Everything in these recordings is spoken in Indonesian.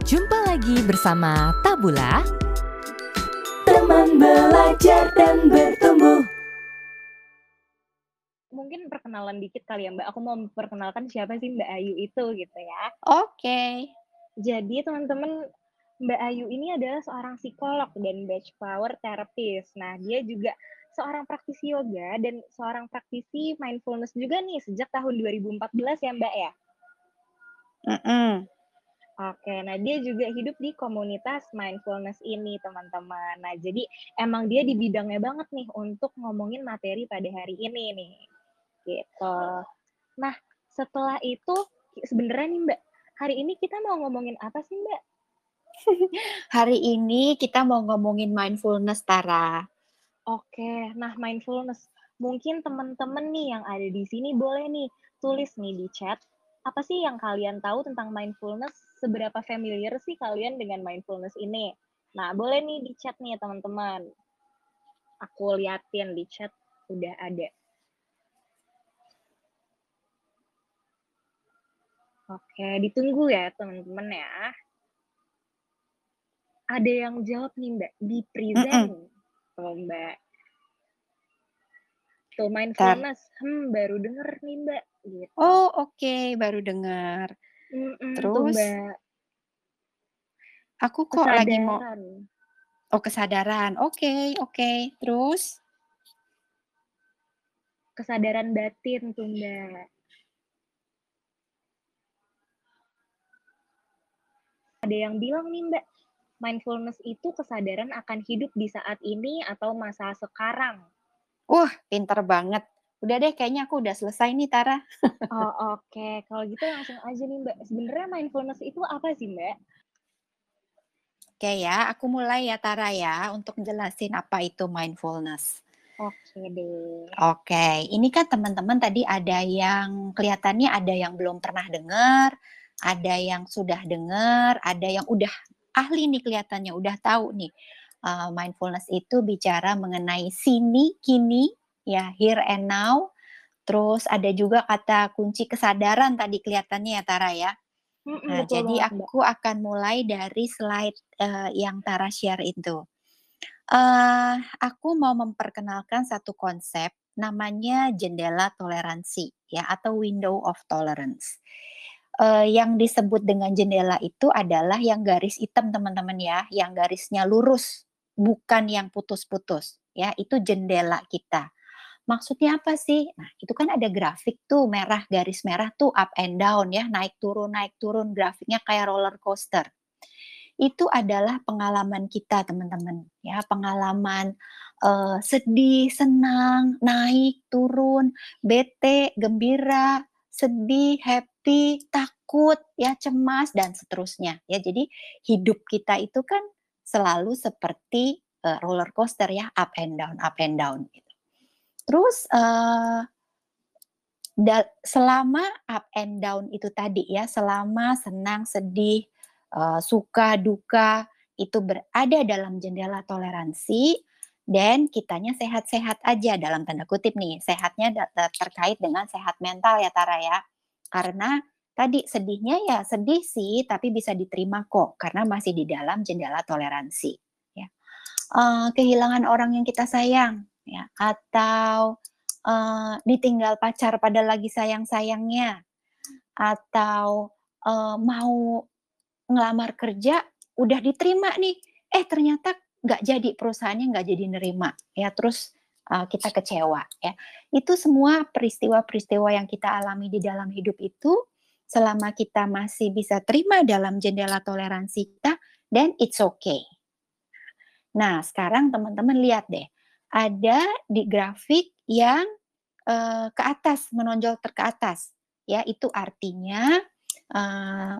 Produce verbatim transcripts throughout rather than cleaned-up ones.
Jumpa lagi bersama Tabula, teman belajar dan bertumbuh. Mungkin perkenalan dikit kali ya Mbak, aku mau memperkenalkan siapa sih Mbak Ayu itu gitu ya. Oke. Jadi teman-teman, Mbak Ayu ini adalah seorang psikolog dan batch power therapist. Nah, dia juga seorang praktisi yoga dan seorang praktisi mindfulness juga nih sejak tahun dua ribu empat belas ya Mbak ya? Mhm. Oke, nah dia juga hidup di komunitas mindfulness ini teman-teman. Nah, jadi emang dia di bidangnya banget nih untuk ngomongin materi pada hari ini nih, gitu. Nah, setelah itu sebenarnya nih Mbak, hari ini kita mau ngomongin apa sih Mbak? Hari ini kita mau ngomongin mindfulness, Tara. Oke, nah mindfulness. Mungkin teman-teman nih yang ada di sini boleh nih tulis nih di chat, apa sih yang kalian tahu tentang mindfulness? Seberapa familiar sih kalian dengan mindfulness ini? Nah, boleh nih di chat nih teman-teman. Aku liatin di chat udah ada. Oke, ditunggu ya teman-teman ya. Ada yang jawab nih Mbak, di present. Mhm. Oh Mbak. Tuh mindfulness, hmm baru denger nih Mbak, gitu. Oh oke, baru dengar. Mhm, tuh Terus? Mbak. Aku kok lagi mau Kesadaran. oh kesadaran, oke oke, terus? Kesadaran batin tuh Mbak. Ada yang bilang nih Mbak, mindfulness itu kesadaran akan hidup di saat ini atau masa sekarang. Wah, pinter banget. Udah deh, kayaknya aku udah selesai nih, Tara. Oh oke, kalau gitu langsung aja nih Mbak. Sebenarnya mindfulness itu apa sih Mbak? Oke ya, aku mulai ya Tara ya, untuk jelasin apa itu mindfulness. Oke deh. Oke, ini kan teman-teman tadi ada yang kelihatannya ada yang belum pernah dengar, ada yang sudah dengar, ada yang udah ahli nih kelihatannya, udah tahu nih. Uh, mindfulness itu bicara mengenai sini, kini, ya here and now. Terus ada juga kata kunci kesadaran tadi kelihatannya ya Tara ya. Mhm, Nah, betul jadi banget, Mbak. aku akan mulai dari slide uh, yang Tara share itu. Uh, aku mau memperkenalkan satu konsep namanya jendela toleransi ya atau window of tolerance. Uh, yang disebut dengan jendela itu adalah yang garis hitam teman-teman ya, yang garisnya lurus, bukan yang putus-putus ya, itu jendela kita. Maksudnya apa sih? Nah, itu kan ada grafik tuh merah, garis merah tuh up and down ya, naik turun naik turun, grafiknya kayak roller coaster. Itu adalah pengalaman kita teman-teman ya, pengalaman uh, sedih, senang, naik, turun, bete, gembira, sedih, happy, takut, ya cemas dan seterusnya ya. Jadi hidup kita itu kan selalu seperti uh, roller coaster ya, up and down, up and down. Gitu. Terus uh, da- selama up and down itu tadi ya, selama senang, sedih, uh, suka, duka itu berada dalam jendela toleransi dan kitanya sehat-sehat aja dalam tanda kutip nih. Sehatnya terkait dengan sehat mental ya Tara ya. Karena tadi sedihnya ya sedih sih tapi bisa diterima kok karena masih di dalam jendela toleransi ya. Uh, kehilangan orang yang kita sayang ya atau uh, ditinggal pacar pada lagi sayang-sayangnya atau uh, mau ngelamar kerja udah diterima nih, eh ternyata nggak jadi, perusahaannya nggak jadi nerima, ya terus uh, kita kecewa, ya. Itu semua peristiwa-peristiwa yang kita alami di dalam hidup itu, selama kita masih bisa terima dalam jendela toleransi kita, then it's okay. Nah, sekarang teman-teman lihat deh, ada di grafik yang uh, ke atas, menonjol ter ke atas, ya itu artinya uh,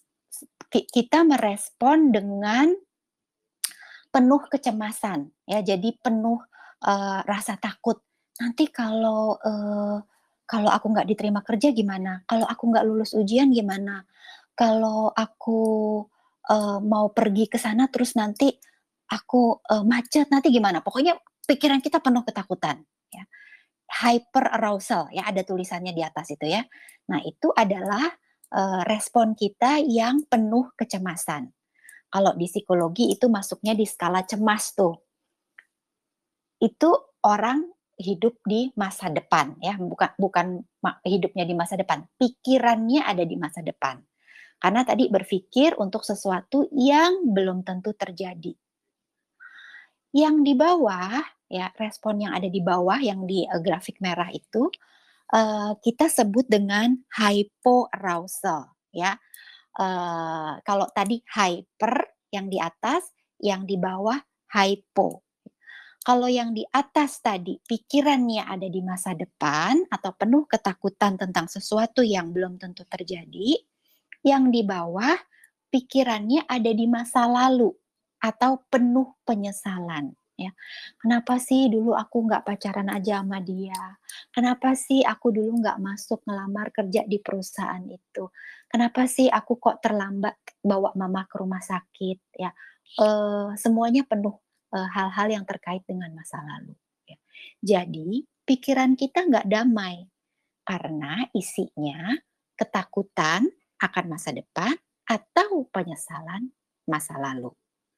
kita merespon dengan penuh kecemasan ya, jadi penuh uh, rasa takut. Nanti kalau uh, kalau aku nggak diterima kerja gimana? Kalau aku nggak lulus ujian gimana? Kalau aku uh, mau pergi ke sana terus nanti aku uh, macet nanti gimana? Pokoknya pikiran kita penuh ketakutan. Ya. Hyper arousal ya, ada tulisannya di atas itu ya. Nah itu adalah eee, respon kita yang penuh kecemasan. Kalau di psikologi itu masuknya di skala cemas tuh. Itu orang hidup di masa depan ya, bukan bukan ma hidupnya di masa depan, pikirannya ada di masa depan. Karena tadi berpikir untuk sesuatu yang belum tentu terjadi. Yang di bawah, ya respon yang ada di bawah yang di, eee, grafik merah itu, eee, kita sebut dengan hypoarousal ya. Eee, kalau tadi hyper yang di atas, yang di bawah hypo. Kalau yang di atas tadi pikirannya ada di masa depan atau penuh ketakutan tentang sesuatu yang belum tentu terjadi, yang di bawah pikirannya ada di masa lalu atau penuh penyesalan ya. Kenapa sih dulu aku nggak pacaran aja sama dia? Kenapa sih aku dulu nggak masuk ngelamar kerja di perusahaan itu? Kenapa sih aku kok terlambat bawa mama ke rumah sakit ya? Eee, semuanya penuh, eee, hal-hal yang terkait dengan masa lalu ya. Jadi pikiran kita nggak damai karena isinya ketakutan akan masa depan atau penyesalan masa lalu.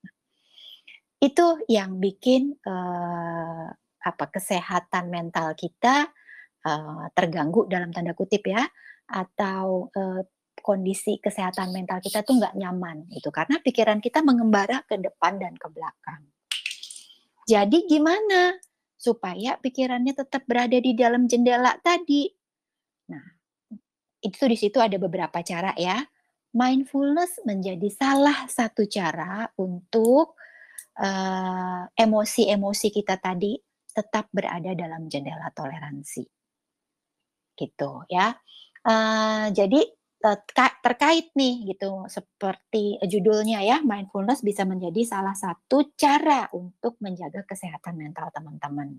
Itu yang bikin, eee, apa, kesehatan mental kita, eee, terganggu dalam tanda kutip ya, atau, eee, kondisi kesehatan mental kita tuh nggak nyaman gitu, karena pikiran kita mengembara ke depan dan ke belakang. Jadi gimana supaya pikirannya tetap berada di dalam jendela tadi? Nah, itu di situ ada beberapa cara ya. Mindfulness menjadi salah satu cara untuk, eee, emosi-emosi kita tadi tetap berada dalam jendela toleransi. Gitu ya. Eee, jadi, eee, ka terkait nih gitu, seperti judulnya ya, mindfulness bisa menjadi salah satu cara untuk menjaga kesehatan mental teman-teman.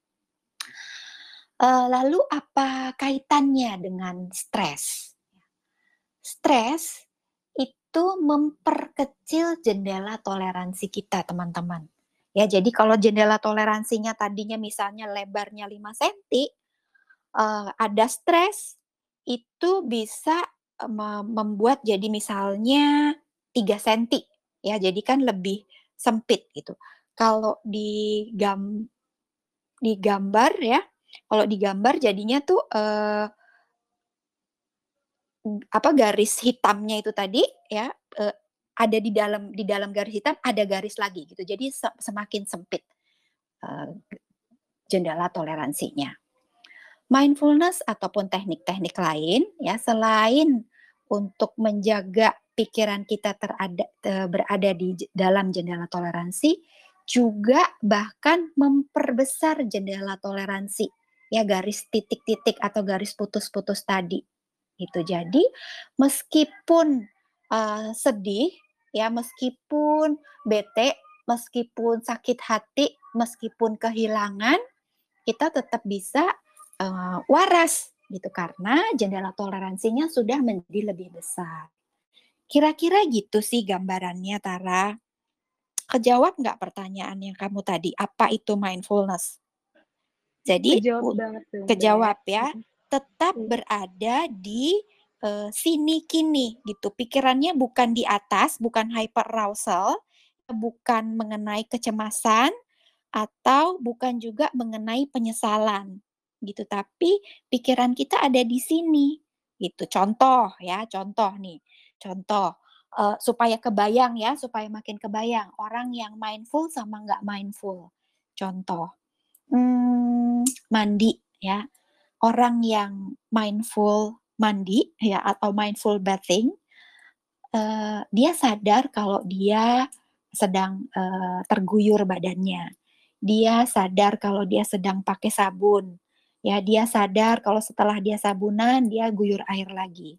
Eee, lalu apa kaitannya dengan stres? Stres itu memperkecil jendela toleransi kita, teman-teman. Ya, jadi kalau jendela toleransinya tadinya misalnya lebarnya lima senti, eee, ada stres, itu bisa, eee, me membuat jadi misalnya tiga senti, ya, jadi kan lebih sempit gitu. Kalau di gam digambar ya, kalau digambar jadinya tuh, eee Mmm, apa, garis hitamnya itu tadi ya, eee, ada di dalam di dalam garis hitam ada garis lagi gitu. Jadi se semakin sempit, eee, jendela toleransinya. Mindfulness ataupun teknik-teknik lain ya, selain untuk menjaga pikiran kita terada eee, berada di je dalam jendela toleransi, juga bahkan memperbesar jendela toleransi, ya garis titik-titik atau garis putus-putus tadi, gitu. Jadi meskipun, eee, sedih ya, meskipun bete, meskipun sakit hati, meskipun kehilangan, kita tetap bisa, eee, waras gitu karena jendela toleransinya sudah menjadi lebih besar. Kira-kira gitu sih gambarannya, Tara. Kejawab nggak pertanyaan yang kamu tadi, apa itu mindfulness? Jadi Kejawab u banget tuh, Mbak. kejawab ya, Mhm, tetap iya. berada di, eee, sini kini gitu, pikirannya bukan di atas, bukan hyperarousal, bukan mengenai kecemasan, atau bukan juga mengenai penyesalan, gitu. Tapi pikiran kita ada di sini, gitu. Contoh ya, contoh nih, contoh, eee, supaya kebayang ya, supaya makin kebayang orang yang mindful sama nggak mindful. Contoh, mmm, mandi ya, orang yang mindful mandi ya atau mindful bathing, eee, dia sadar kalau dia sedang, eee, terguyur badannya. Dia sadar kalau dia sedang pakai sabun, ya, dia sadar kalau setelah dia sabunan, dia guyur air lagi.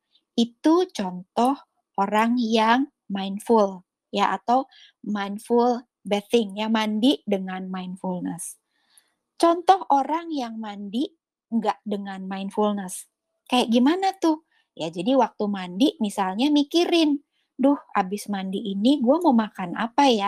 Itu contoh orang yang mindful, ya, atau mindful bathing, ya, mandi dengan mindfulness. Contoh orang yang mandi nggak dengan mindfulness, kayak gimana tuh? Ya, jadi waktu mandi misalnya mikirin, "Duh, abis mandi ini gue mau makan apa ya?"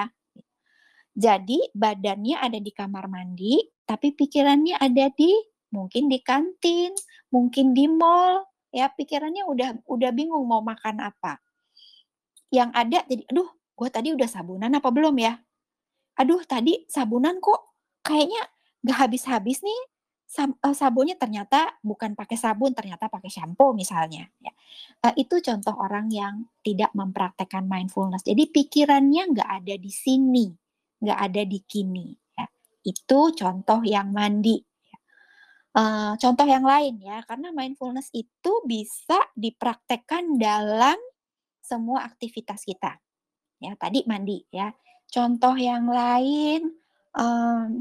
Jadi badannya ada di kamar mandi, tapi pikirannya ada di mungkin di kantin, mungkin di mall, ya pikirannya udah udah bingung mau makan apa. Yang ada jadi, "Aduh, gue tadi udah sabunan apa belum ya? Aduh, tadi sabunan kok kayaknya nggak habis-habis nih, sam eee, sabunnya ternyata bukan pakai sabun, ternyata pakai sampo," misalnya ya. Eee, itu contoh orang yang tidak mempraktekkan mindfulness. Jadi pikirannya nggak ada di sini, nggak ada di kini ya. Itu contoh yang mandi ya. Eee, contoh yang lain ya, karena mindfulness itu bisa dipraktekkan dalam semua aktivitas kita. Ya, tadi mandi ya. Contoh yang lain, mmm,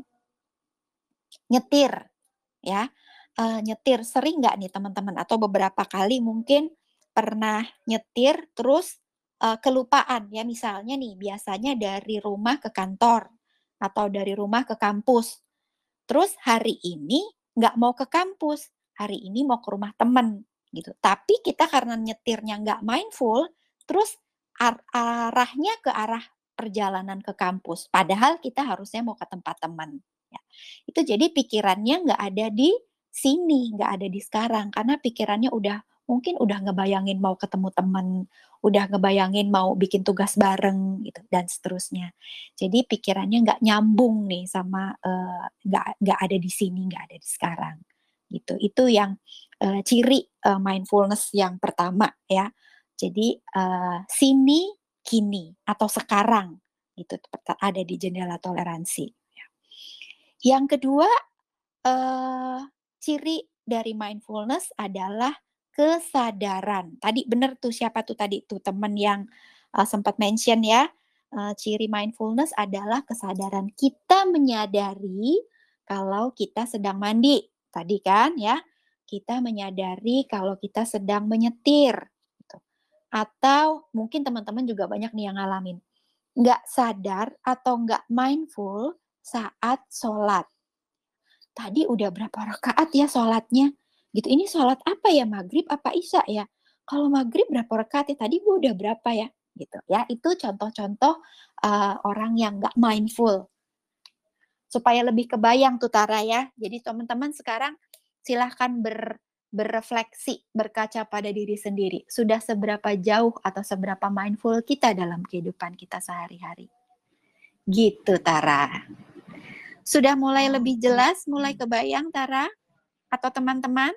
nyetir ya, eee, nyetir sering nggak nih teman-teman atau beberapa kali mungkin pernah nyetir terus, eee, kelupaan ya misalnya nih biasanya dari rumah ke kantor atau dari rumah ke kampus. Terus hari ini nggak mau ke kampus, hari ini mau ke rumah temen gitu. Tapi kita karena nyetirnya nggak mindful, terus ar arahnya ke arah perjalanan ke kampus. Padahal kita harusnya mau ke tempat teman, ya. Itu jadi pikirannya nggak ada di sini, nggak ada di sekarang, karena pikirannya udah mungkin udah ngebayangin mau ketemu teman, udah ngebayangin mau bikin tugas bareng gitu, dan seterusnya. Jadi pikirannya nggak nyambung nih sama, eee, nggak nggak ada di sini, nggak ada di sekarang, gitu. Itu yang, eee, ciri, eee, mindfulness yang pertama ya. Jadi, eee, sini, kini, atau sekarang gitu, tetap ada di jendela toleransi ya. Yang kedua, eee, ciri dari mindfulness adalah kesadaran. Tadi bener tuh, siapa tuh tadi tuh temen yang, eee, sempat mention ya, eee, ciri mindfulness adalah kesadaran. Kita menyadari kalau kita sedang mandi, tadi kan ya, kita menyadari kalau kita sedang menyetir, gitu. Atau mungkin teman-teman juga banyak nih yang ngalamin, nggak sadar atau nggak mindful saat sholat. Tadi udah berapa rakaat ya sholatnya? Gitu, ini sholat apa ya, maghrib apa isya ya? Kalau maghrib berapa rakaat ya? Tadi gue udah berapa ya? Gitu ya, itu contoh-contoh, eee, orang yang nggak mindful. Supaya lebih kebayang tuh Tara ya. Jadi teman-teman sekarang silahkan ber berefleksi, berkaca pada diri sendiri. Sudah seberapa jauh atau seberapa mindful kita dalam kehidupan kita sehari-hari. Gitu Tara. Sudah mulai lebih jelas, mulai kebayang Tara? Atau teman-teman?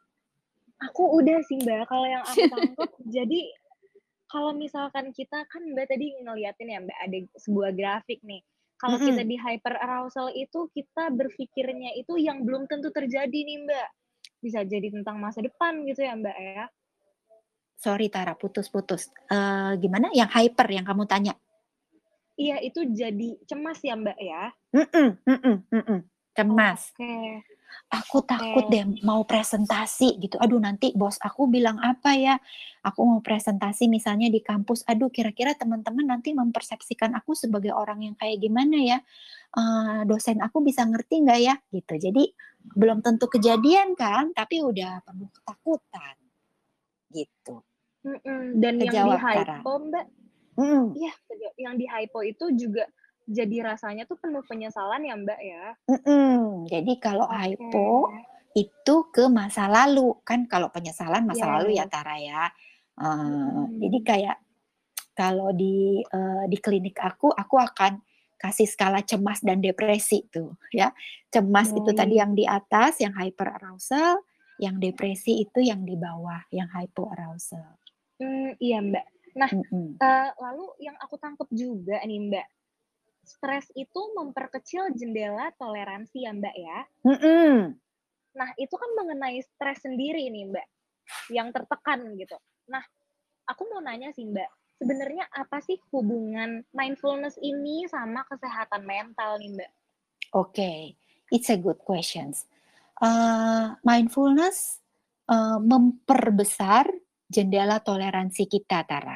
Aku udah sih Mbak, kalau yang aku tangkap jadi kalau misalkan kita kan Mbak tadi ngeliatin ya Mbak, ada sebuah grafik nih. Kalau kita Mhm. di hyper arousal itu kita berpikirnya itu yang belum tentu terjadi nih Mbak. Bisa jadi tentang masa depan gitu ya Mbak ya. Sorry Tara, putus-putus. Eee, gimana? Yang hyper yang kamu tanya? Iya, itu jadi cemas ya Mbak ya? Mhm mhm mhm, cemas. Oke. Aku takut Oke. deh mau presentasi gitu, aduh nanti bos aku bilang apa ya? Aku mau presentasi misalnya di kampus, aduh kira-kira teman-teman nanti mempersepsikan aku sebagai orang yang kayak gimana ya? Eee, dosen aku bisa ngerti nggak ya? Gitu. Jadi belum tentu kejadian kan, tapi udah penuh ketakutan. Gitu. Mhm, dan yang di Kejawab Tara. hypo Mbak Mhm. iya, keja yang di hypo itu juga jadi rasanya tuh penuh penyesalan ya Mbak ya? Mhm, jadi kalau Oke. hypo itu ke masa lalu, kan kalau penyesalan masa lalu ya Yes. Tara ya. Eee, jadi Mhm. kayak kalau di, eee, di klinik aku, aku akan kasih skala cemas dan depresi tuh ya. Cemas itu tadi Baik. yang di atas, yang hyper arousal, yang depresi itu yang di bawah, yang hypo arousal. Mmm, iya Mbak. Nah, Mhm. eee, lalu yang aku tangkep juga nih Mbak, stres itu memperkecil jendela toleransi ya Mbak ya? Mhm. Nah, itu kan mengenai stres sendiri nih Mbak, yang tertekan gitu. Nah, aku mau nanya sih Mbak, sebenarnya apa sih hubungan mindfulness ini sama kesehatan mental nih Mbak? Oke, it's a good questions. Eee, mindfulness, eee, memperbesar jendela toleransi kita, Tara.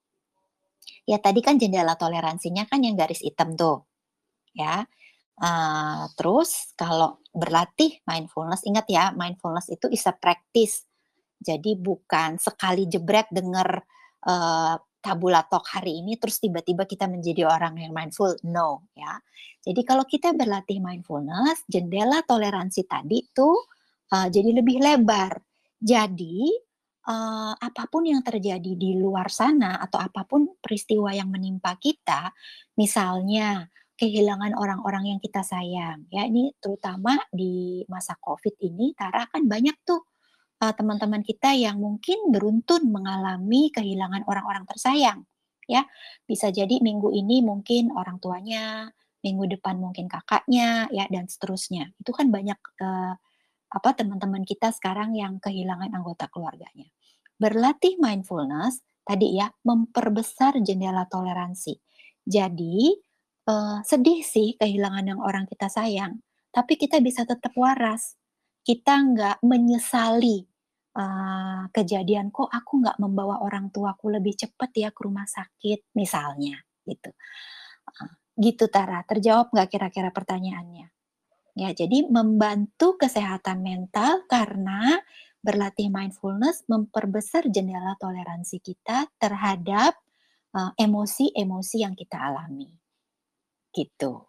Ya tadi kan jendela toleransinya kan yang garis hitam tuh, ya. Eee, terus kalau berlatih mindfulness, ingat ya, mindfulness itu is a practice. Jadi bukan sekali jebret denger, eee, tabula talk hari ini terus tiba-tiba kita menjadi orang yang mindful, no, ya. Jadi kalau kita berlatih mindfulness, jendela toleransi tadi tuh, eee, jadi lebih lebar. Jadi, eee, apapun yang terjadi di luar sana atau apapun peristiwa yang menimpa kita, misalnya kehilangan orang-orang yang kita sayang, ya ini terutama di masa Covid ini, Tara, kan banyak tuh, eee, teman-teman kita yang mungkin beruntun mengalami kehilangan orang-orang tersayang, ya. Bisa jadi minggu ini mungkin orang tuanya, minggu depan mungkin kakaknya, ya, dan seterusnya. Itu kan banyak, eee, apa, teman-teman kita sekarang yang kehilangan anggota keluarganya. Berlatih mindfulness tadi ya, memperbesar jendela toleransi. Jadi, eee, sedih sih kehilangan yang orang kita sayang, tapi kita bisa tetap waras. Kita nggak menyesali, eee, kejadian, "Kok aku nggak membawa orang tuaku lebih cepat ya ke rumah sakit?" Misalnya, gitu. Heeh, gitu Tara, terjawab nggak kira-kira pertanyaannya? Ya, jadi membantu kesehatan mental karena berlatih mindfulness memperbesar jendela toleransi kita terhadap, eee, emosi-emosi yang kita alami, gitu.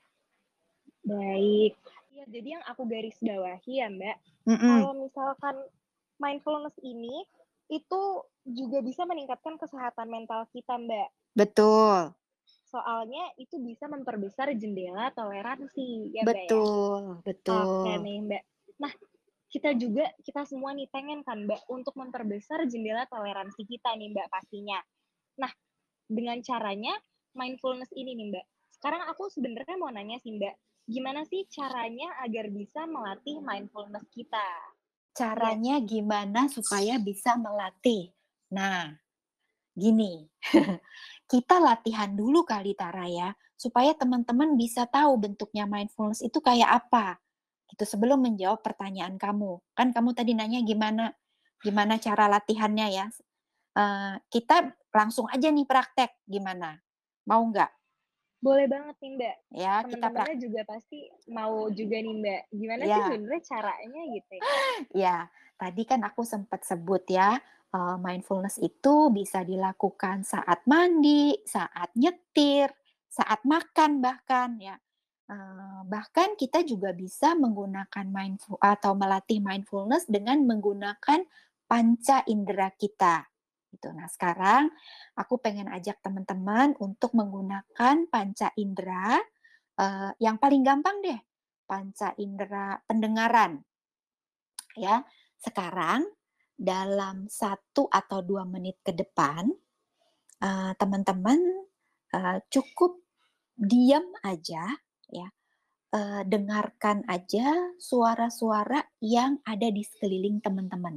Baik. Iya, jadi yang aku garis bawahi ya, Mbak, Mhm, kalau misalkan mindfulness ini, itu juga bisa meningkatkan kesehatan mental kita, Mbak. betul, Soalnya itu bisa memperbesar jendela toleransi, ya, Mbak, ya? betul, Oke betul. nih, Mbak. Nah, kita juga kita semua nih pengen kan, Mbak, untuk memperbesar jendela toleransi kita nih, Mbak, pastinya. Nah, dengan caranya mindfulness ini nih, Mbak. Sekarang aku sebenarnya mau nanya sih, Mbak, gimana sih caranya agar bisa melatih mindfulness kita? Iya, Caranya gimana supaya bisa melatih? Nah, gini, kita latihan dulu kali Tara ya, supaya teman-teman bisa tahu bentuknya mindfulness itu kayak apa, gitu sebelum menjawab pertanyaan kamu. Kan kamu tadi nanya gimana gimana cara latihannya ya, eee, kita langsung aja nih praktek, gimana? Mau nggak? boleh banget nih, Mbak. Ya, kita prak Teman-temannya juga pasti mau juga nih, Mbak. Gimana sih ya. sebenarnya caranya gitu ya? Ya, tadi kan aku sempat sebut ya, eee, mindfulness itu bisa dilakukan saat mandi, saat nyetir, saat makan bahkan ya. Eee, bahkan kita juga bisa menggunakan mindful atau melatih mindfulness dengan menggunakan panca indera kita, gitu. Nah, sekarang aku pengen ajak teman-teman untuk menggunakan panca indera, eee, yang paling gampang deh, panca indera pendengaran. Ya, sekarang dalam satu atau dua menit ke depan, eee, teman-teman, eee, cukup diam aja ya, eee, dengarkan aja suara-suara yang ada di sekeliling teman-teman.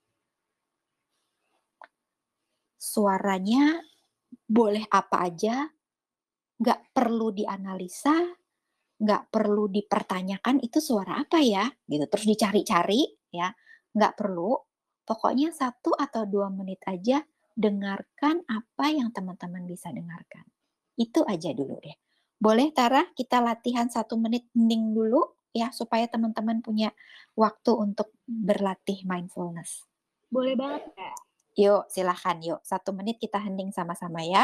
Suaranya boleh apa aja, nggak perlu dianalisa, nggak perlu dipertanyakan itu suara apa ya, gitu, terus dicari-cari ya, nggak perlu. Pokoknya satu atau dua menit aja dengarkan apa yang teman-teman bisa dengarkan. Itu aja dulu deh. Boleh Tara kita latihan satu menit hening dulu ya, supaya teman-teman punya waktu untuk berlatih mindfulness. Boleh banget, Kak. Yuk silahkan yuk, satu menit kita hening sama-sama ya.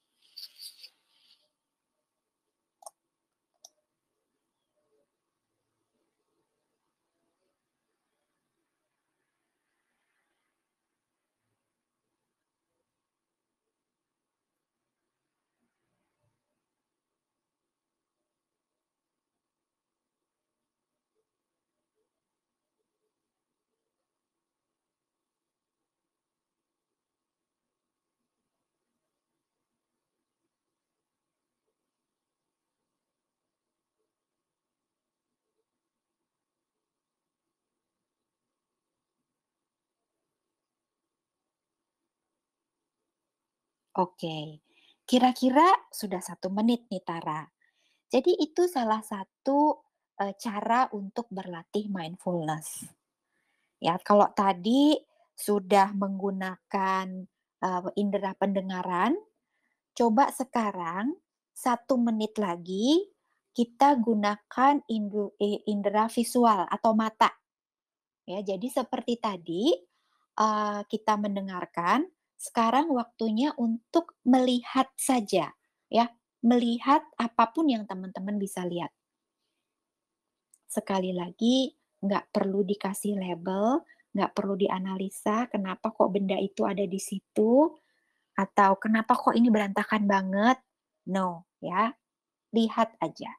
Oke, kira-kira sudah satu menit nih Tara. Jadi itu salah satu, eee, cara untuk berlatih mindfulness. Ya, kalau tadi sudah menggunakan, eee, indera pendengaran, coba sekarang satu menit lagi kita gunakan indu eee, indera visual atau mata. Ya, jadi seperti tadi, eee, kita mendengarkan, sekarang waktunya untuk melihat saja, ya, melihat apapun yang teman-teman bisa lihat. Sekali lagi, nggak perlu dikasih label, nggak perlu dianalisa kenapa kok benda itu ada di situ, atau kenapa kok ini berantakan banget. No, ya. Lihat aja.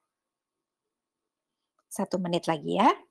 Satu menit lagi ya.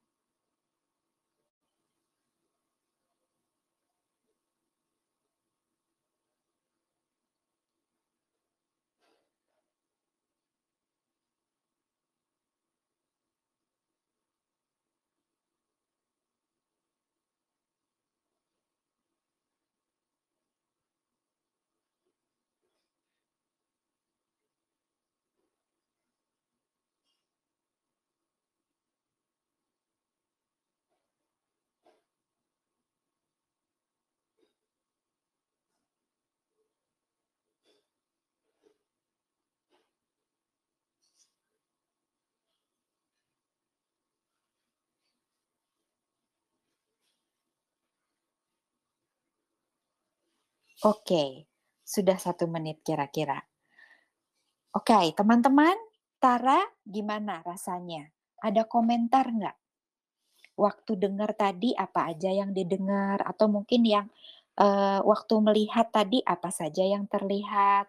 Oke, sudah satu menit kira-kira. Oke, teman-teman, Tara gimana rasanya? Ada komentar nggak? Waktu dengar tadi apa aja yang didengar? Atau mungkin yang eh, waktu melihat tadi apa saja yang terlihat?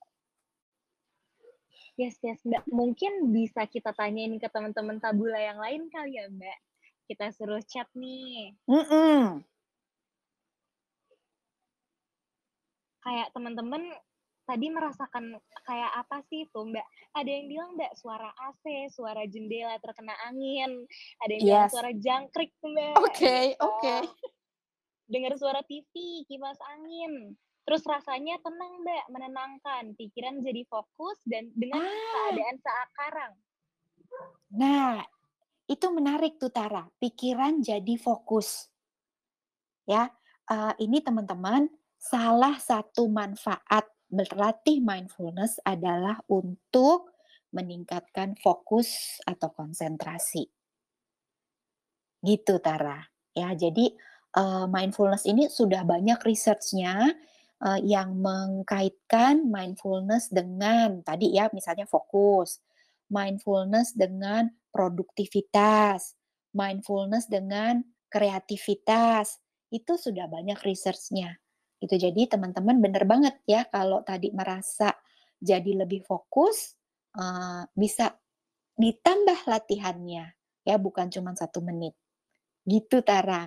Yes, yes, Mbak. Mungkin bisa kita tanyain ke teman-teman Tabula yang lain kali ya, Mbak. Kita suruh chat nih. Mm-mm. Kayak teman-teman tadi merasakan kayak apa sih tuh, Mbak? Ada yang bilang, Mbak, suara A C, suara jendela terkena angin. Ada yang bilang Yes. suara jangkrik, Mbak. Oke, gitu. oke. Dengar suara T V, kipas angin. Terus rasanya tenang, Mbak, menenangkan. Pikiran jadi fokus dan dengan Ah. keadaan sekarang. Nah, itu menarik tuh Tara. Pikiran jadi fokus. Ya, uh, ini teman-teman, salah satu manfaat berlatih mindfulness adalah untuk meningkatkan fokus atau konsentrasi. Gitu Tara. Ya, jadi uh, mindfulness ini sudah banyak research-nya uh, yang mengkaitkan mindfulness dengan tadi ya misalnya fokus, mindfulness dengan produktivitas, mindfulness dengan kreativitas. Itu sudah banyak research-nya. Gitu. Jadi teman-teman benar banget ya kalau tadi merasa jadi lebih fokus, uh, bisa ditambah latihannya ya bukan cuma satu menit. Gitu Tara.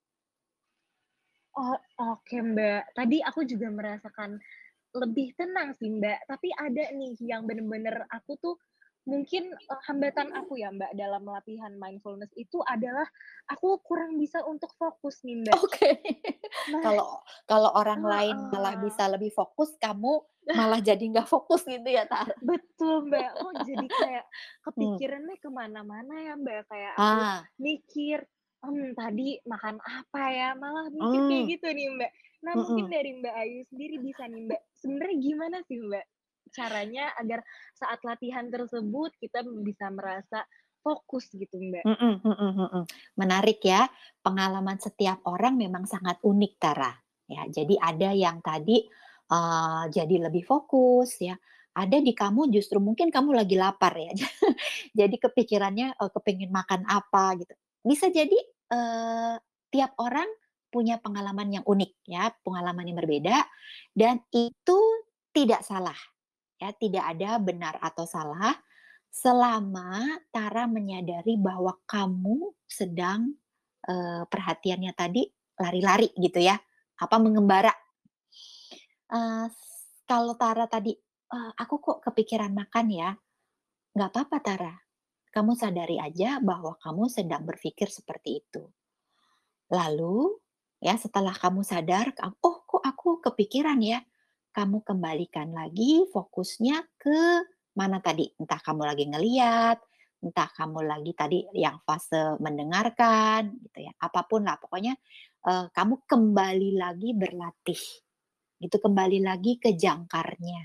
Oh, oke Mbak. Tadi aku juga merasakan lebih tenang sih Mbak, tapi ada nih yang bener-bener aku tuh mungkin uh, hambatan aku ya Mbak dalam latihan mindfulness itu adalah aku kurang bisa untuk fokus nih Mbak. Oke. Nah, Kalau kalau orang lain malah uh, bisa lebih fokus, kamu malah jadi nggak fokus gitu ya Tara? betul Mbak, kok jadi kayak Hmm. kepikirannya kemana-mana ya Mbak, kayak aku Ah. mikir, hmm, tadi makan apa ya, malah mikir kayak Hmm. gitu nih Mbak. Nah mungkin Mm-mm. dari Mbak Ayu sendiri bisa nih Mbak, sebenarnya gimana sih Mbak caranya agar saat latihan tersebut kita bisa merasa fokus gitu Mbak? Mm-mm, mm-mm, mm-mm. Menarik ya, pengalaman setiap orang memang sangat unik Tara. Ya, jadi ada yang tadi uh, jadi lebih fokus ya. Ada di kamu justru mungkin kamu lagi lapar ya. Jadi kepikirannya uh, kepingin makan apa gitu. Bisa jadi uh, tiap orang punya pengalaman yang unik ya, pengalaman yang berbeda dan itu tidak salah ya, tidak ada benar atau salah selama Tara menyadari bahwa kamu sedang uh, perhatiannya tadi lari-lari gitu ya, apa mengembara. Uh, kalau Tara tadi, uh, aku kok kepikiran makan ya, nggak apa-apa Tara. Kamu sadari aja bahwa kamu sedang berpikir seperti itu. Lalu, ya setelah kamu sadar, oh kok aku kepikiran ya, kamu kembalikan lagi fokusnya ke mana tadi? Entah kamu lagi ngeliat, entah kamu lagi tadi yang fase mendengarkan, gitu ya. Apapun lah, pokoknya uh, kamu kembali lagi berlatih, gitu kembali lagi ke jangkarnya.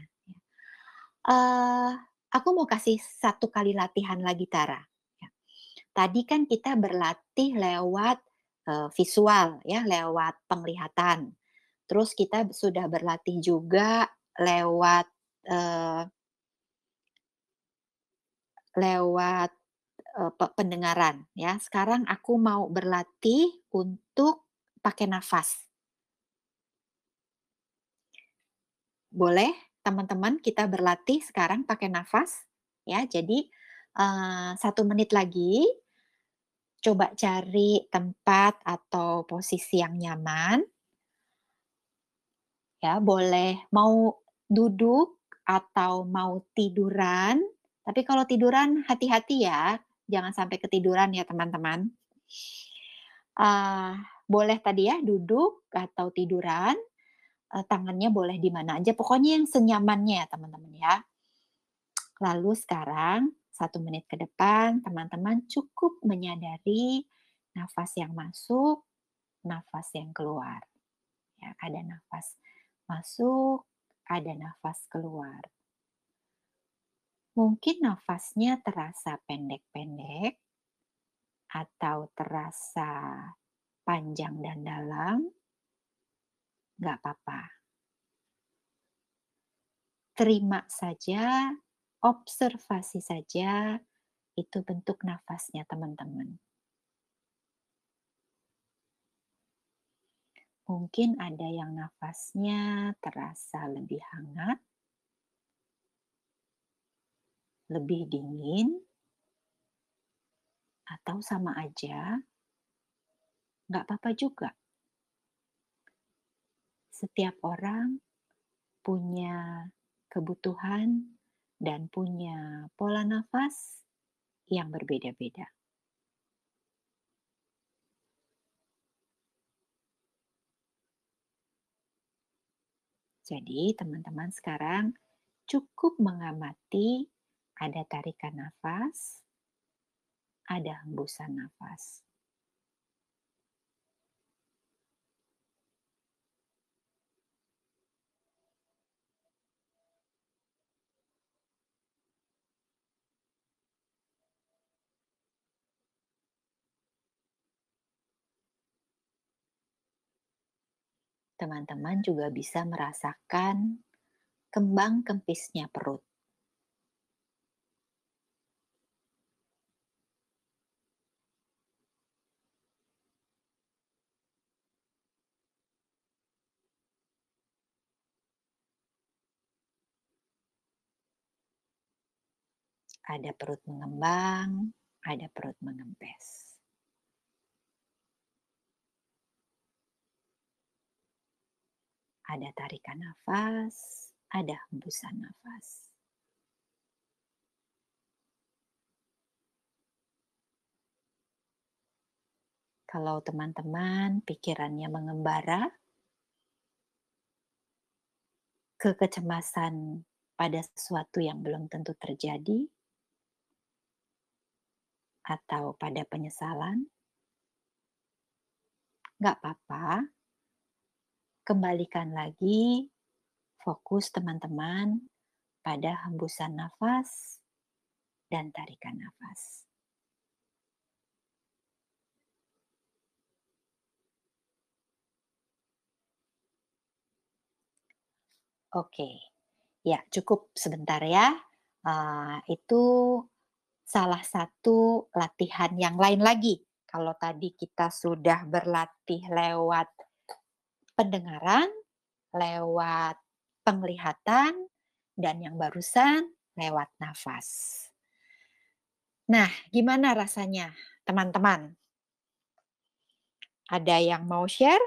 Uh, aku mau kasih satu kali latihan lagi Tara. Tadi kan kita berlatih lewat uh, visual ya, lewat penglihatan. Terus kita sudah berlatih juga lewat uh, lewat eee, pe pendengaran ya. Sekarang aku mau berlatih untuk pakai nafas. Boleh teman-teman kita berlatih sekarang pakai nafas ya. Jadi, eee, satu menit lagi, coba cari tempat atau posisi yang nyaman ya, boleh mau duduk atau mau tiduran, tapi kalau tiduran hati-hati ya, jangan sampai ketiduran ya teman-teman. Ah, boleh tadi ya duduk atau tiduran, eee, tangannya boleh di mana aja, pokoknya yang senyamannya ya teman-teman ya. Lalu sekarang satu menit ke depan teman-teman cukup menyadari nafas yang masuk, nafas yang keluar. Ya, ada nafas masuk, ada nafas keluar. Mungkin nafasnya terasa pendek-pendek atau terasa panjang dan dalam, nggak apa-apa. Terima saja, observasi saja, itu bentuk nafasnya teman-teman. Mungkin ada yang nafasnya terasa lebih hangat, lebih dingin, atau sama aja, nggak apa-apa juga. Setiap orang punya kebutuhan dan punya pola nafas yang berbeda-beda. Jadi, teman-teman sekarang cukup mengamati ada tarikan nafas, ada hembusan nafas. Teman-teman juga bisa merasakan kembang kempisnya perut. Ada perut mengembang, ada perut mengempes. Ada tarikan nafas, ada hembusan nafas. Kalau teman-teman pikirannya mengembara ke kecemasan pada sesuatu yang belum tentu terjadi, atau pada penyesalan, nggak apa-apa. Kembalikan lagi fokus teman-teman pada hembusan nafas dan tarikan nafas. Oke, ya cukup sebentar ya. Uh, itu salah satu latihan yang lain lagi. Kalau tadi kita sudah berlatih lewat pendengaran, lewat penglihatan, dan yang barusan lewat nafas. Nah, gimana rasanya teman-teman? Ada yang mau share?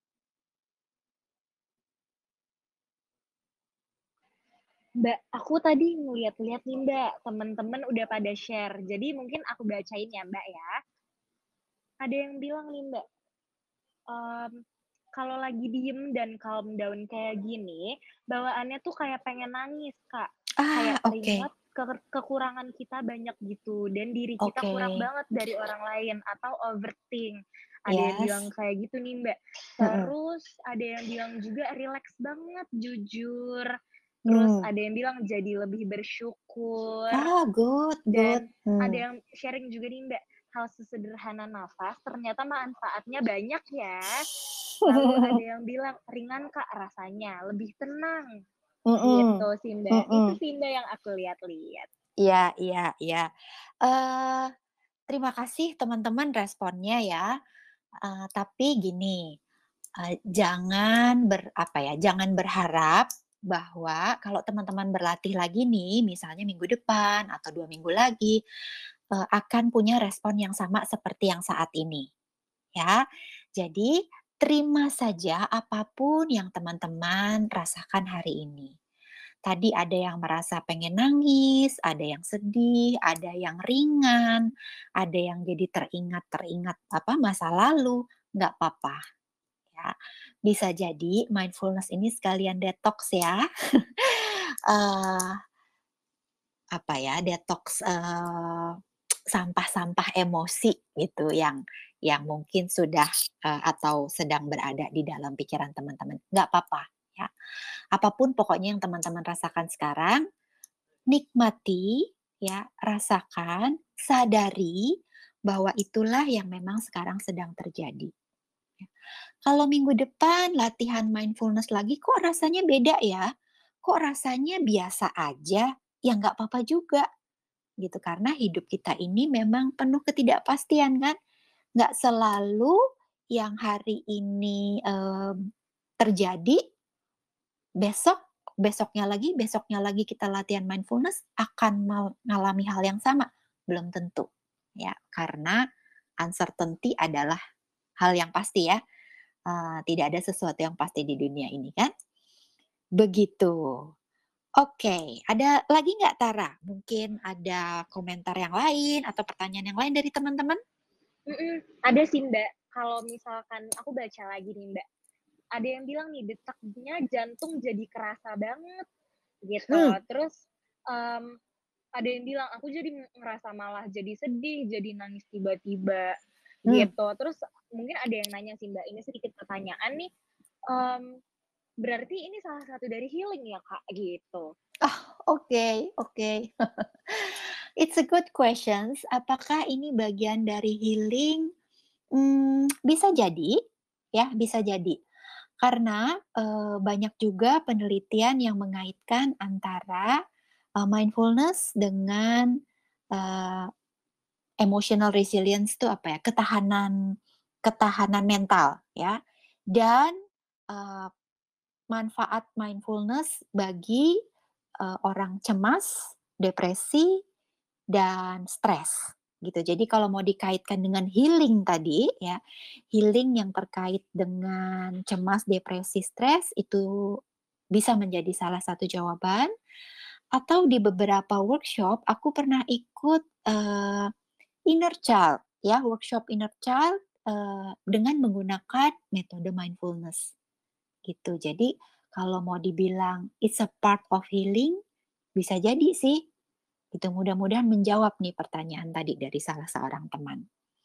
Mbak, aku tadi ngeliat-liat nih Mbak, temen-temen udah pada share. Jadi mungkin aku bacain ya Mbak ya. Ada yang bilang nih Mbak, um, kalau lagi diem dan calm down kayak gini, bawaannya tuh kayak pengen nangis Kak. Ah, Kayak oke. teringat ke- kekurangan kita banyak gitu. Dan diri kita Oke. kurang banget dari orang lain atau overthink. Ada yang bilang Yes. kayak gitu nih Mbak. Terus ada yang bilang juga relax banget, jujur. Terus Hmm. ada yang bilang jadi lebih bersyukur. Ah, good, good. Dan Hmm. ada yang sharing juga nih Mbak, hal sesederhana nafas ternyata manfaatnya banyak ya. Lalu ada yang bilang ringan Kak rasanya, lebih tenang. Mm-mm. Gitu sih Mbak. Mm-mm. Itu sih Mbak yang aku lihat-lihat. Iya, iya, iya. Eh, Terima kasih teman-teman responnya ya. Eee, tapi gini, eee, jangan ber apa ya, jangan berharap bahwa kalau teman-teman berlatih lagi nih, misalnya minggu depan atau dua minggu lagi, eee, akan punya respon yang sama seperti yang saat ini, ya. Jadi, terima saja apapun yang teman-teman rasakan hari ini. Tadi ada yang merasa pengen nangis, ada yang sedih, ada yang ringan, ada yang jadi teringat-teringat apa, masa lalu, nggak apa-apa ya. Bisa jadi mindfulness ini sekalian detoks ya. Eee, apa ya, detoks, eee, sampah-sampah emosi gitu yang yang mungkin sudah, eee, atau sedang berada di dalam pikiran teman-teman, nggak apa-apa ya. Apapun pokoknya yang teman-teman rasakan sekarang, nikmati, ya, rasakan, sadari bahwa itulah yang memang sekarang sedang terjadi. Ya. Kalau minggu depan latihan mindfulness lagi, kok rasanya beda ya? Kok rasanya biasa aja? Ya nggak apa-apa juga, gitu. Karena hidup kita ini memang penuh ketidakpastian kan? Nggak selalu yang hari ini em, terjadi, besok, besoknya lagi, besoknya lagi kita latihan mindfulness akan mau ngalami hal yang sama, belum tentu, ya. Karena uncertainty adalah hal yang pasti ya, eee, tidak ada sesuatu yang pasti di dunia ini kan, begitu. Oke, ada lagi nggak Tara? Mungkin ada komentar yang lain atau pertanyaan yang lain dari teman-teman? Mhm, ada sih, Mbak. Kalau misalkan aku baca lagi nih, Mbak, ada yang bilang nih detaknya jantung jadi kerasa banget gitu. Mmm, Terus, mmm, ada yang bilang, "Aku jadi ngerasa malah jadi sedih, jadi nangis tiba-tiba," mmm. gitu. Terus mungkin ada yang nanya sih, Mbak, ini sedikit pertanyaan nih, mmm, berarti ini salah satu dari healing ya, Kak? Gitu. Oh, oke oke. It's a good questions. Apakah ini bagian dari healing? Mmm, bisa jadi, ya, bisa jadi. Karena, eee, banyak juga penelitian yang mengaitkan antara, eee, mindfulness dengan, eee, emotional resilience itu apa ya, ketahanan ketahanan mental ya, dan, eee, manfaat mindfulness bagi, eee, orang cemas, depresi, dan stres, gitu. Jadi kalau mau dikaitkan dengan healing tadi ya, healing yang terkait dengan cemas, depresi, stres itu bisa menjadi salah satu jawaban, atau di beberapa workshop aku pernah ikut, eee, inner child ya, workshop inner child, eee, dengan menggunakan metode mindfulness, gitu. Jadi kalau mau dibilang it's a part of healing, bisa jadi sih. Itu mudah-mudahan menjawab nih pertanyaan tadi dari salah seorang teman.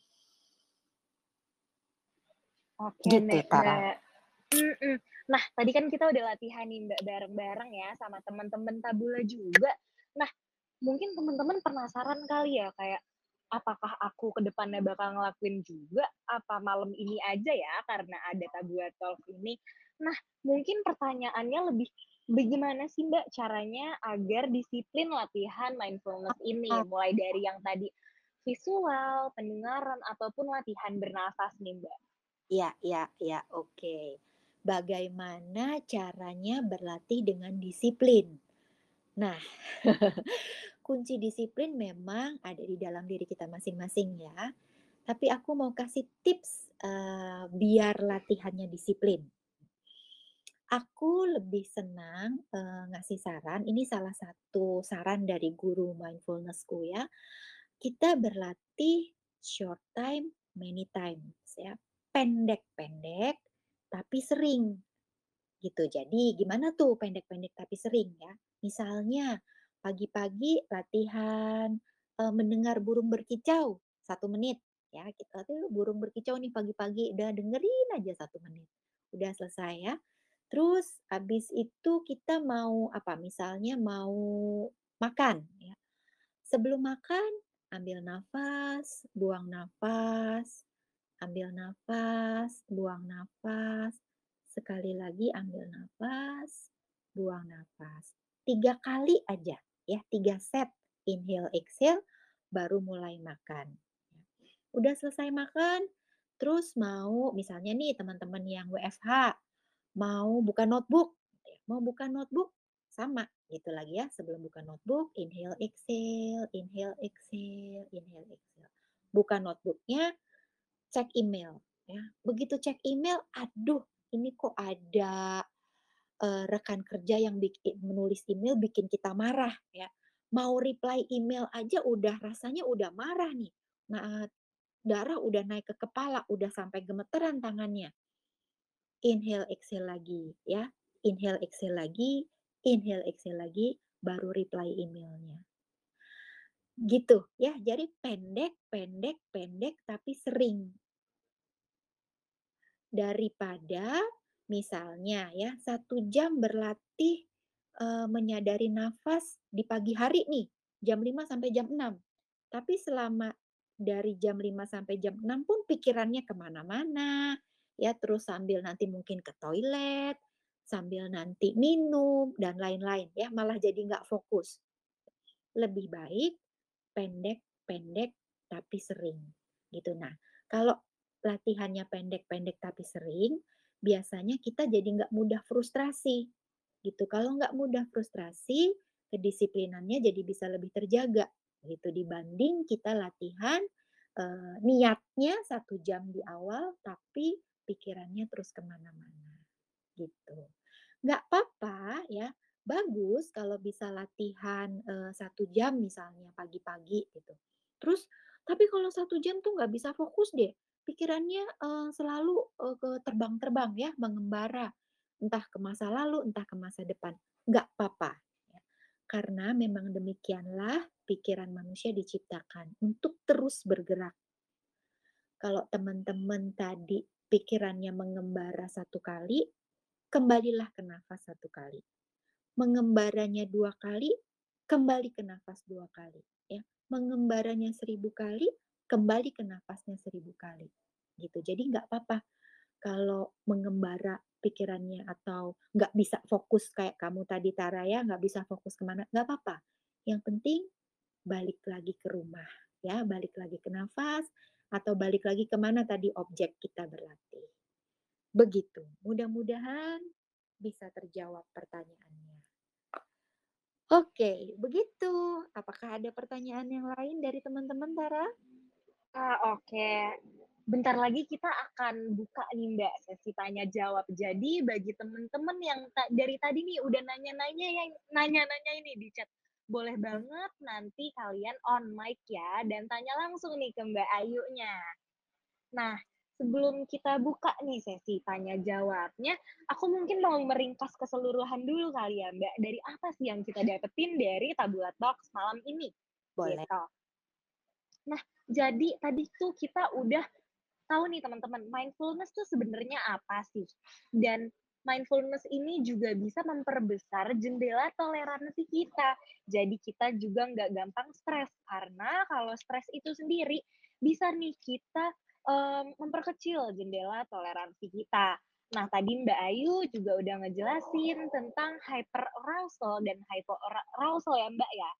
Oke, Gitu, Mbak Tara. Mbak mhm. Nah, tadi kan kita udah latihan nih, Mbak, bareng-bareng ya sama teman-teman Tabula juga. Nah, mungkin teman-teman penasaran kali ya, kayak, apakah aku ke depannya bakal ngelakuin juga, apa malam ini aja ya, karena ada Tabula Talk ini. Nah, mungkin pertanyaannya lebih, bagaimana sih, Mbak, caranya agar disiplin latihan mindfulness ini? Ah, Mulai dari yang tadi visual, pendengaran, ataupun latihan bernafas nih, Mbak. iya iya iya, oke. Bagaimana caranya berlatih dengan disiplin? Nah, kunci disiplin memang ada di dalam diri kita masing-masing ya. Tapi aku mau kasih tips, eee, biar latihannya disiplin. Aku lebih senang, eee, ngasih saran, ini salah satu saran dari guru mindfulness-ku ya, kita berlatih short time, many times ya. Pendek-pendek, tapi sering, gitu. Jadi gimana tuh pendek-pendek tapi sering ya? Misalnya pagi-pagi latihan, eee, mendengar burung berkicau satu menit ya, kita tuh burung berkicau nih pagi-pagi, udah dengerin aja satu menit, udah selesai ya. Terus habis itu kita mau apa, misalnya mau makan ya, sebelum makan ambil nafas, buang nafas, ambil nafas, buang nafas, sekali lagi ambil nafas, buang nafas. Tiga kali aja ya, tiga set inhale exhale baru mulai makan. Udah selesai makan, terus mau misalnya nih teman-teman yang W F H, mau buka notebook, gitu ya, mau buka notebook, sama gitu lagi ya, sebelum buka notebook, inhale, exhale, inhale, exhale, inhale, exhale. Buka notebooknya, cek email, ya. Begitu cek email, aduh ini kok ada, eee, rekan kerja yang bikin menulis email bikin kita marah ya. Mau reply email aja udah rasanya udah marah nih. Nah, darah udah naik ke kepala, udah sampai gemeteran tangannya. Inhale, exhale lagi ya. Inhale, exhale lagi, inhale, exhale lagi, baru reply emailnya. Gitu ya, jadi pendek pendek pendek tapi sering. Daripada misalnya ya, satu jam berlatih, eee, menyadari nafas di pagi hari nih, jam lima sampai jam enam. Tapi selama dari jam lima sampai jam enam pun pikirannya ke mana-mana, ya terus sambil nanti mungkin ke toilet, sambil nanti minum, dan lain-lain ya, malah jadi nggak fokus. Lebih baik pendek-pendek tapi sering, gitu. Nah, kalau latihannya pendek-pendek tapi sering, biasanya kita jadi nggak mudah frustrasi, gitu. Kalau nggak mudah frustrasi, kedisiplinannya jadi bisa lebih terjaga, gitu, dibanding kita latihan, eee, niatnya satu jam di awal, tapi pikirannya terus ke mana-mana, gitu. Nggak apa-apa ya, bagus kalau bisa latihan, eee, satu jam misalnya pagi-pagi gitu. Terus tapi kalau satu jam tuh nggak bisa fokus deh, pikirannya, eee, selalu, eee, ke terbang-terbang ya, mengembara, entah ke masa lalu, entah ke masa depan. Nggak apa-apa ya, karena memang demikianlah pikiran manusia diciptakan untuk terus bergerak. Kalau teman-teman tadi pikirannya mengembara satu kali, kembalilah ke nafas satu kali. Mengembaranya dua kali, kembali ke nafas dua kali, ya. Mengembaranya seribu kali, kembali ke nafasnya seribu kali, gitu. Jadi nggak apa-apa kalau mengembara pikirannya atau nggak bisa fokus kayak kamu tadi Tara ya, nggak bisa fokus kemana nggak apa-apa. Yang penting balik lagi ke rumah, ya, balik lagi ke nafas atau balik lagi ke mana tadi objek kita berlatih. Begitu, mudah-mudahan bisa terjawab pertanyaannya. Oke, begitu. Apakah ada pertanyaan yang lain dari teman-teman, Tara? Ah, oke. Bentar lagi kita akan buka nih Mbak sesi tanya jawab. Jadi bagi temen-temen yang ta dari tadi nih udah nanya-nanya yang nanya-nanya ini di chat, boleh banget nanti kalian on mic ya dan tanya langsung nih ke Mbak Ayunya. Nah, sebelum kita buka nih sesi tanya jawabnya, aku mungkin mau meringkas keseluruhan dulu kali ya Mbak, dari apa sih yang kita dapetin dari Tabula Talks malam ini, Boleh. gitu. Nah, jadi tadi tuh kita udah tahu nih teman-teman, mindfulness tuh sebenarnya apa sih? Dan mindfulness ini juga bisa memperbesar jendela toleransi kita. Jadi kita juga nggak gampang stres, karena kalau stres itu sendiri bisa nih kita um, memperkecil jendela toleransi kita. Nah, tadi Mbak Ayu juga udah ngejelasin tentang hyperarousal dan hypoarousal ya Mbak ya.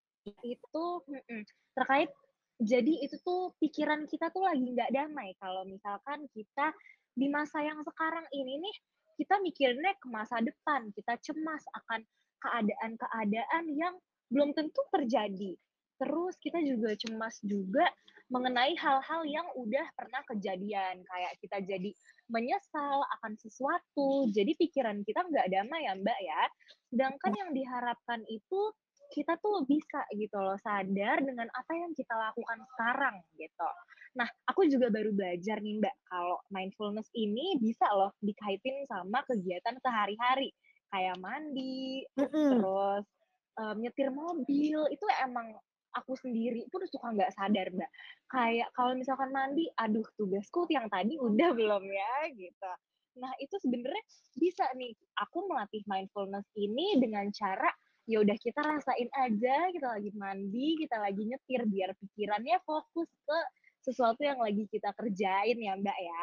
Itu mhm, terkait jadi itu tuh pikiran kita tuh lagi nggak damai kalau misalkan kita di masa yang sekarang ini nih, kita mikirinnya ke masa depan, kita cemas akan keadaan-keadaan yang belum tentu terjadi. Terus kita juga cemas juga mengenai hal-hal yang udah pernah kejadian, kayak kita jadi menyesal akan sesuatu, jadi pikiran kita nggak damai ya, Mbak, ya. Sedangkan yang diharapkan itu kita tuh bisa gitu loh sadar dengan apa yang kita lakukan sekarang gitu. Nah, aku juga baru belajar nih Mbak, kalau mindfulness ini bisa loh dikaitin sama kegiatan sehari-hari kayak mandi, Mhm. terus um, nyetir mobil itu emang aku sendiri pun suka nggak sadar Mbak. Kayak kalau misalkan mandi, aduh tugasku yang tadi udah belum ya gitu. Nah itu sebenarnya bisa nih aku melatih mindfulness ini dengan cara ya udah kita rasain aja kita lagi mandi, kita lagi nyetir biar pikirannya fokus ke sesuatu yang lagi kita kerjain ya, Mbak, ya.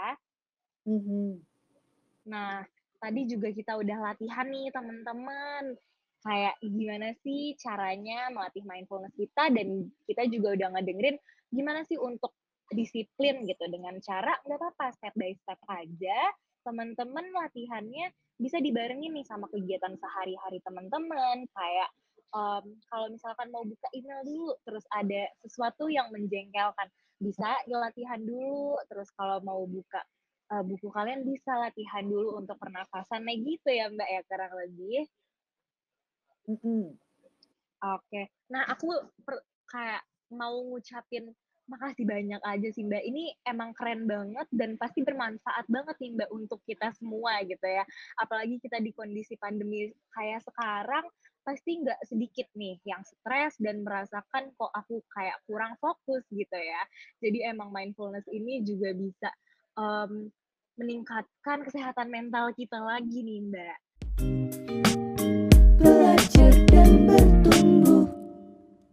Mhm. Nah, tadi juga kita udah latihan nih teman-teman. Kayak gimana sih caranya melatih mindfulness kita dan kita juga udah ngedengerin gimana sih untuk disiplin gitu dengan cara nggak apa-apa step by step aja, teman-teman latihannya bisa dibarengin nih sama kegiatan sehari-hari teman-teman, kayak, mmm, kalau misalkan mau buka email dulu, terus ada sesuatu yang menjengkelkan, bisa latihan dulu, terus kalau mau buka, eee, buku kalian bisa latihan dulu untuk pernafasan, nah gitu ya, Mbak, ya kurang lebih? Mhm. Oke. Nah, aku per kayak mau ngucapin makasih banyak aja sih, Mbak. Ini emang keren banget dan pasti bermanfaat banget nih, Mbak, untuk kita semua gitu ya. Apalagi kita di kondisi pandemi kayak sekarang, pasti nggak sedikit nih yang stres dan merasakan kok aku kayak kurang fokus gitu ya. Jadi emang mindfulness ini juga bisa, mmm, meningkatkan kesehatan mental kita lagi nih, Mbak. Belajar dan ber